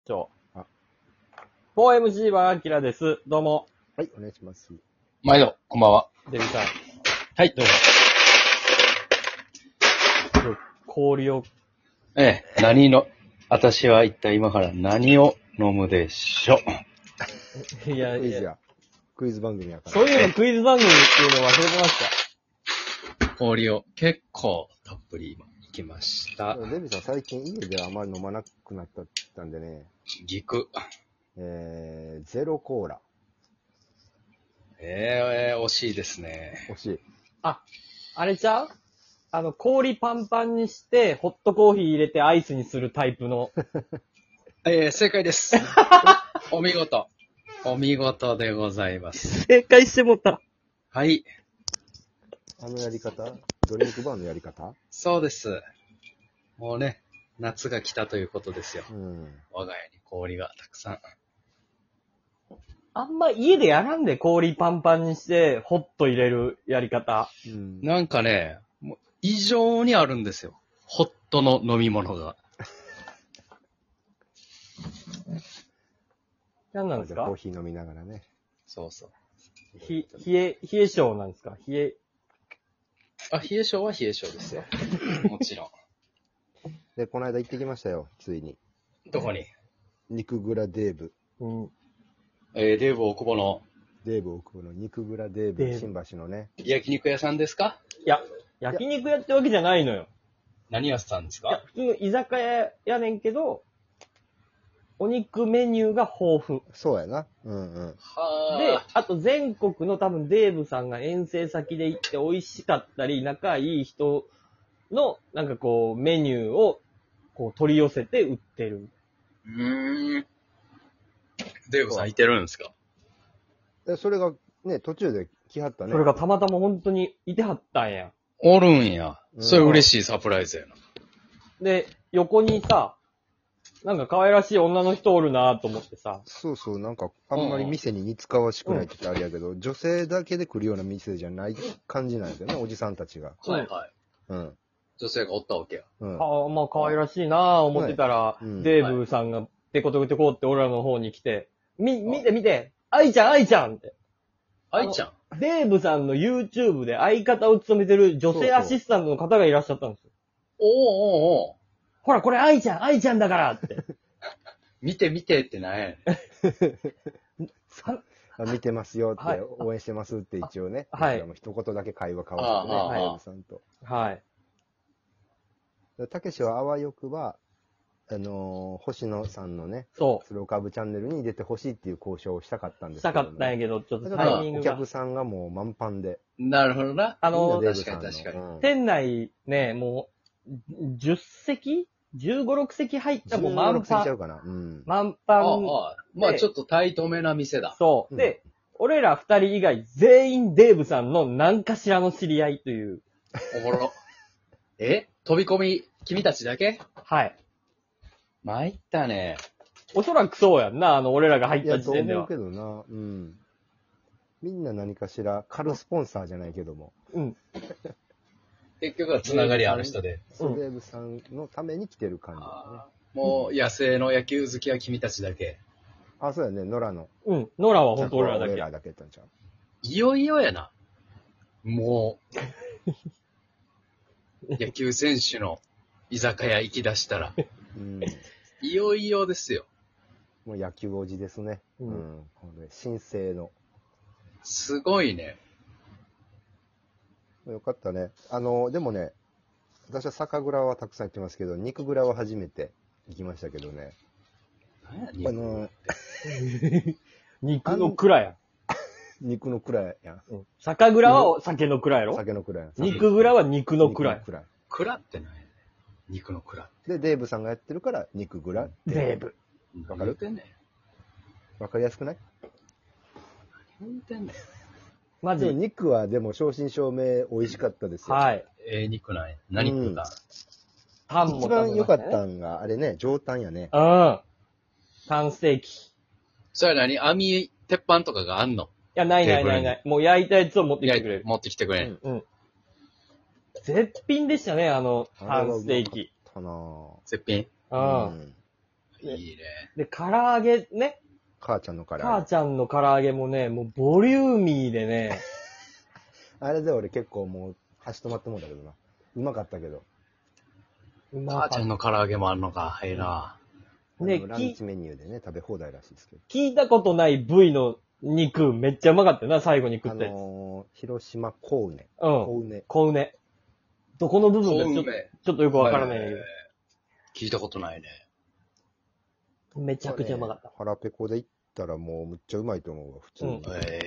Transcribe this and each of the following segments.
あ、4MC はアキラです。どうも。 はい、お願いします。 毎度、こんばんは。 デビさん。 はい。 どうも。氷を、 私は一体今から何を飲むでしょう。 いやいや、 クイズや。クイズ番組やから。 そういうのクイズ番組っていうの忘れてまし氷を結構たっぷり今行きました。 デビさん最近家であまり飲まなくなったんでね、 ギク。 ゼロコーラ。 惜しいですね。 惜しい。 た。あれちゃう氷パンパンにして、ホットコーヒー入れてアイスにするタイプの。 正解です。お見事。お見事でございます。 正解してもった。 はい。 あのやり方ドリンクバーのやり方そうです。もうね、夏が来たということですよ。 うん。 我が家に氷がたくさん。 あんま家でやらんで、氷パンパンにして、ホット入れるやり方。 うん。 なんかね、もう異常にあるんですよ。ホットの飲み物が。 何なんですかじゃあコーヒー飲みながらね。 そうそう。 冷え性なんですか冷え性は冷え性ですよ。もちろで、この間行ってきましたよ、ついに。 ん。どこに肉蔵デーブ。 うん。 デーブ大久保のデーブ奥久保の肉蔵デーブ、 デー新橋のね。 焼肉屋さんですか？ いや、焼肉屋ってわけじゃないのよ。 何屋さんですいや、 か？ 普通の居酒屋やねんけど、お肉メニューが豊富。 そうやな。うんうん。 では、 あと全国の多分デーブさんが遠征先で行って美味しかったり、仲いい人の、なんかこう、メニューを、こう、取り寄せて売ってる。 デーブさんいてるんですか？ で、それがね、途中で来はったね。 それがたまたま本当にいてはったんや。 おるんや。それ嬉しいサプライズやな。 で、横にさ、なんか可愛らしい女の人おるなと思ってさ。 そうそう、なんか、あんまり店に似つかわしくないって言ってあれやけど、女性だけで来るような店じゃない感じなんですよね、おじさんたちが。 はいはい。 うん。 女性がおったわけや。 うん。 まあ可愛らしいな思ってたら、 うんデーブさんがテコテコテコって俺らの方に来て、見て、愛ちゃんって。 愛ちゃん。 デーブさんの YouTube で相方を務めてる女性アシスタントの方がいらっしゃったんですよ。 おう。 ほら、これ愛ちゃんだからって。 見てってなんやねん。 見てますよって、 はい応援してますって一応ね。 はい僕らも一言だけ会話交わしてね、 ああデーブさんと。 はい。 たけしはあわよくば、星野さんのね、 そスローカーブチャンネルに出てほしいっていう交渉をしたかったんう。しですけど、 たかったんやけど、ちょっとだからタイミングがお客。さんがもう満帆で。 なるほどな。 あのみんなデーブさんの確かにうん店内ね、もう、10席 ?15、6席入ったらもう 15 満 6席ちゃ帆。 うかな。うん。 満あ帆。 あ。まあちょっとタイトめな店だ。 そう。 うんで、俺ら二人以外全員デーブさんの何かしらの知り合いという。 おもろ。飛び込み、君たちだけ？ はい。 参ったね。 おそらくそうやんな、俺らが入っいや、 た時点ではと思うけ。どな。うん。みんな何かしら、カルスポンサーじゃないけども。 うん。 結局はつながりある人で。 そう、デーブさんのために来てる感じだね。 もう野生の野球好きは君たちだけ。 あ、そうやね、野良の。 うん。ノラは本当俺らだけ。 俺らだけやったんちゃう。 いよいよやな。もう、野球選手の居酒屋行き出したら、 うん。 いよいよですよ。 もう野球おじですね。 ううんん。これ新生の。 すごいね。 よかったね。でもね、私は酒蔵はたくさん行ってますけど、肉蔵は初めて行きましたけどね。 何や肉の蔵や。 肉の蔵やん。 うん。酒蔵は酒の蔵やろ酒の蔵やん。 肉蔵は肉の蔵や。 肉の蔵。 蔵って何やねん。肉の蔵。 で、デーブさんがやってるから、肉蔵。 デーブ。 わかる何言ってんねん。 わかりやすくない？ 何言ってんねん。 マでもジ。 肉はでも正真正銘美味しかったですよ。 はい。 肉なんや。何食うた？ タンも一食べましたね番良かったんが、あれね、上タンやね。 うん。タンステーキ。いそれは何？網、鉄板とかがあんの？ や、ない。もう焼いたやつを持ってきてくれる。 持ってきてくれん。 うん。絶品でしたね、タンステーキ。 たなぁ。 絶品。 うん。 いいね。 で、唐揚げね。 母ちゃんのから。 母ちゃんの唐揚げもね、もうボリューミーでね。 あれで俺結構もう、箸止まってもんだけどな。うまかったけど。 母ちゃんの唐揚げもあるのか。ええな。 ねランチメニューでね、食べ放題らしいですけど。 聞いたことない部位の肉めっちゃうまかったよな、最後に食ったやつ。 広島コウネ。 うん。 コウネ。 小うね。どこの部分か小梅ちょっとよくわからないけど。 聞いたことないね。 めちゃくちゃうまかった。 腹ペコで行ったらもうむっちゃうまいと思うわ、普通に。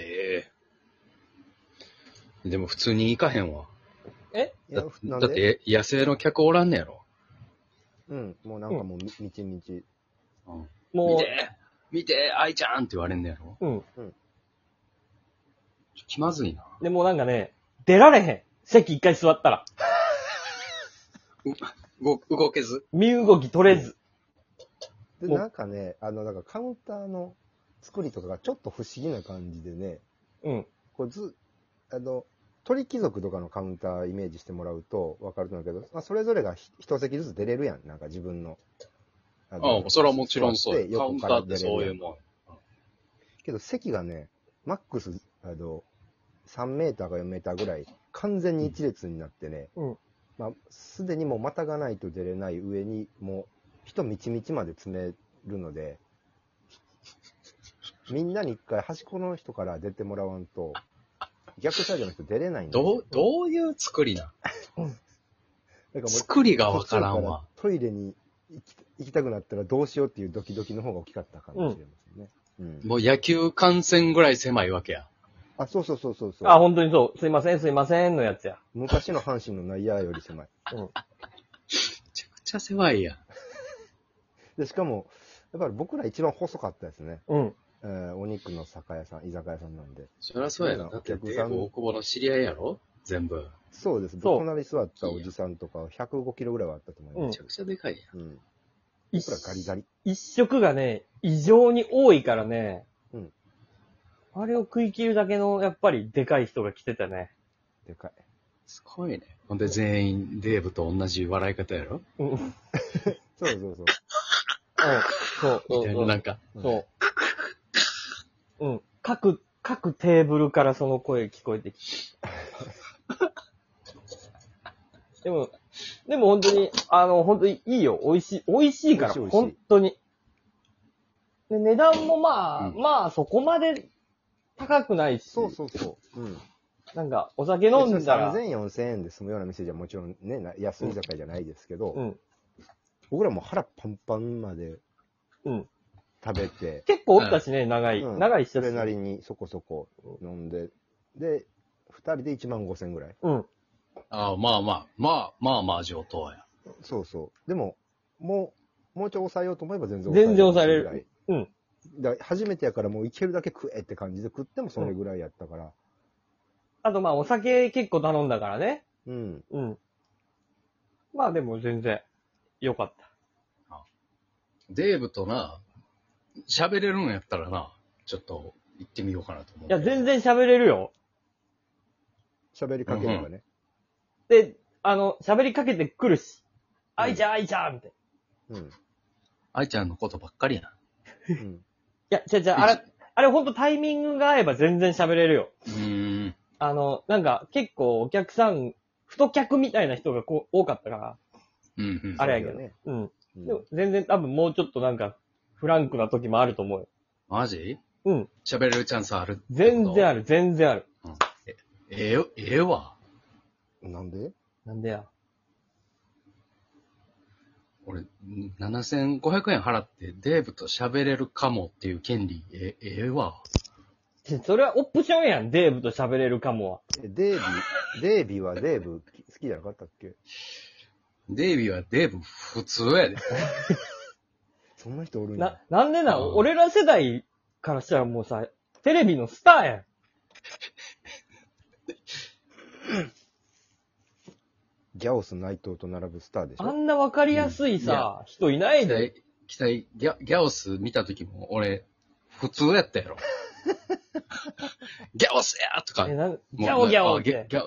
でも普通に行かへんわ。 いや、なんだっでて野生の客おらんねやろ。 うん、もうなんかもうみちみち。 うんも見て、愛ちゃんって言われんねやろ。 う、うん。 気まずいな。 でもなんかね、出られへん。席一回座ったら。 動けず。 身動き取れず。 で、 もうなんかね、だからカウンターの作りとかがちょっと不思議な感じでね、 うん。 こう鳥貴族とかのカウンターイメージしてもらうと分かると思うけど、まあ、それぞれが一席ずつ出れるやん。なんか自分の。 それはもちろんそう座ってよ。カウ横ンターってから出れるやんそういうもん。 けど席がね、マックス、3メーターか4メーターぐらい、完全に一列になってね、 うん。 まあ、すでにもうまたがないと出れない上に、もう、人みちみちまで詰めるので、みんなに一回端っこの人から出てもらわんと、逆サイドの人出れないんですよ。 どういう作りなだからもう作りがわからんわ。 トイレに行きたくなったらどうしようっていうドキドキの方が大きかったかもしれませんね。うん。 もう野球観戦ぐらい狭いわけや。 あ、そうそうそうそうそう。 あ、本当にそう。すいません、すいませんのやつや。 昔の阪神の内野より狭い。 うん。 めちゃくちゃ狭いやん。 で、しかも、やっぱり僕ら一番細かったですね。 うん。 お肉の居酒屋さんなんで。 そりゃそうやろ。だってデーブ大久保の知り合いやろ全部。 そうです。 そう隣座ったおじさんとか105キロぐらいはあったと思います。 めちゃくちゃでかいやん。 うん。 一僕らガリガリ。 一食がね、異常に多いからね。 うん。 あれを食い切るだけの、やっぱりでかい人が来てたね。 でかい。 すごいね。ほんで全員デーブと同じ笑い方やろうん。うん。 そうそうそう。 そう。 みたいな、なんか。 そう。うん。各テーブルからその声聞こえてきて。でも本当に、本当にいいよ。美味しいから、 美味しい本当に。で、値段もまあ、そこまで高くないし。 そうそうそう。うん。 なんか、お酒飲んだら。 3000、4000円で済むような店じゃもちろんね、安い居酒屋じゃないですけど、 うん。 僕らも腹パンパンまでうん。 食べて、 結構おったしね、長い人それなりにそこそこ飲んで、で、2人で1万5000円ぐらい。 うん。 ああ、まあ、上等や。 そうそう。でも、もうちょい抑えようと思えば全然抑えれぐらいる。うん。 だから初めてやからもういけるだけ食えって感じで食ってもそれぐらいやったから。 あとまあ、お酒結構頼んだからね。 うん。 うん。まあでも全然、良かった。 デーブとな、喋れるんやったらな、ちょっと行ってみようかなと思う。 いや、全然喋れるよ。 喋りかければね。 で、喋りかけてくるし。愛ちゃん、愛ちゃんって。いうん。 愛ちゃんのことばっかりやな。 うん。 や、あれほんとタイミングが合えば全然喋れるよ。なんか結構お客さん、太客みたいな人が多かったから、あれやけど。 ね。 うん。 うんでも全然多分もうちょっとなんか、フランクな時もあると思うよ。 マジうん。 喋れるチャンスある全然ある、全然ある。 ええわ。 なんでなんでや。 俺、7500円払ってデーブと喋れるかもっていう権利、ええわ。 それはオプションやん、デーブと喋れるかもは。 デービーはデーブ好きじゃなかったっけデイビーはデーブ普通やで。 そんな人おるんや。 なんでな、俺ら世代からしたらもうさ、テレビのスターやん。 ギャオス内藤と並ぶスターでしょあんなわかりやすいさ、人いないで。 ギャオス見た時も俺、普通やったやろ。ギャオスやとか。 ギャオギャオって。 ギ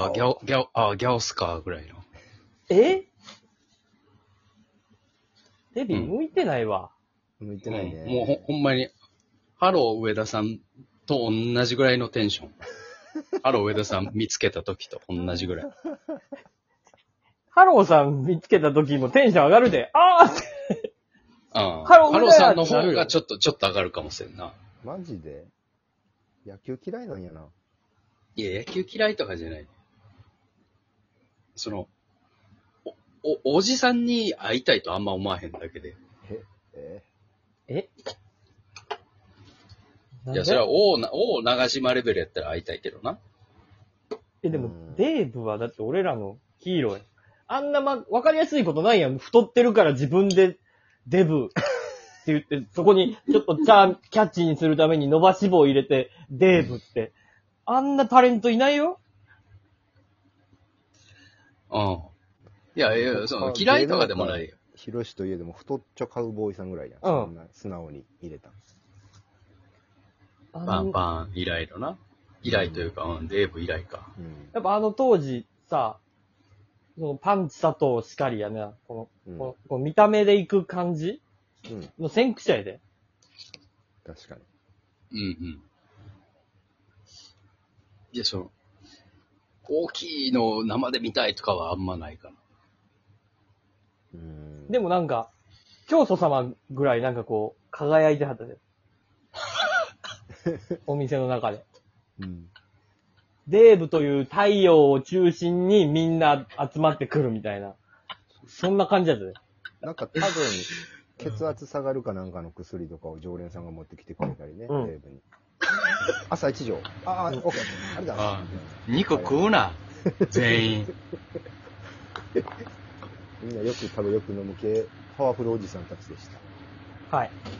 ャオスか、ぐらいの。 えデビ向いてないわ。 向いてないね。 もうほんまに、ハロー上田さんと同じぐらいのテンション。ハロー上田さん見つけた時と同じぐらい。 ハローさん見つけた時もテンション上がるで、あーって。 ハハローローさんの方がちょっと上がるかもしれんな。 マジで野球嫌いなんやな。 いや、野球嫌いとかじゃない。おじさんに会いたいとあんま思わへんだけで。 えいや、それは王長島レベルやったら会いたいけどな。 でも、デーブはだって俺らのヒーローや。あんなわかりやすいことないやん。太ってるから自分でデブって言って、そこにちょっとキャッチにするために伸ばし棒入れて、デーブって。あんなタレントいないよ。 うん。いや、嫌いとかでもないよ。 ヒロシといえども太っちょカウボーイさんぐらいやん。 そんな素直に入れた。 パンパン、以来のな。以来というか、デーブ以来か。 やっぱ当時さ、そのパンチ佐藤しかりやな。この見た目でいく感じの先駆者やで。 確かに。 うんうん。いや、大きいのを生で見たいとかはあんまないかな。 でもなんか、教祖様ぐらいなんかこう、輝いてはったで。お店の中で。デーブという太陽を中心にみんな集まってくるみたいな。そんな感じだったね。 なんか多分、血圧下がるかなんかの薬とかを常連さんが持ってきてくれたりね、デーブに。朝一錠。オッケー。ありがとうございます。 2個食うな。全員。 みんなよく食べよく飲む系、パワフルおじさんたちでした。 はい。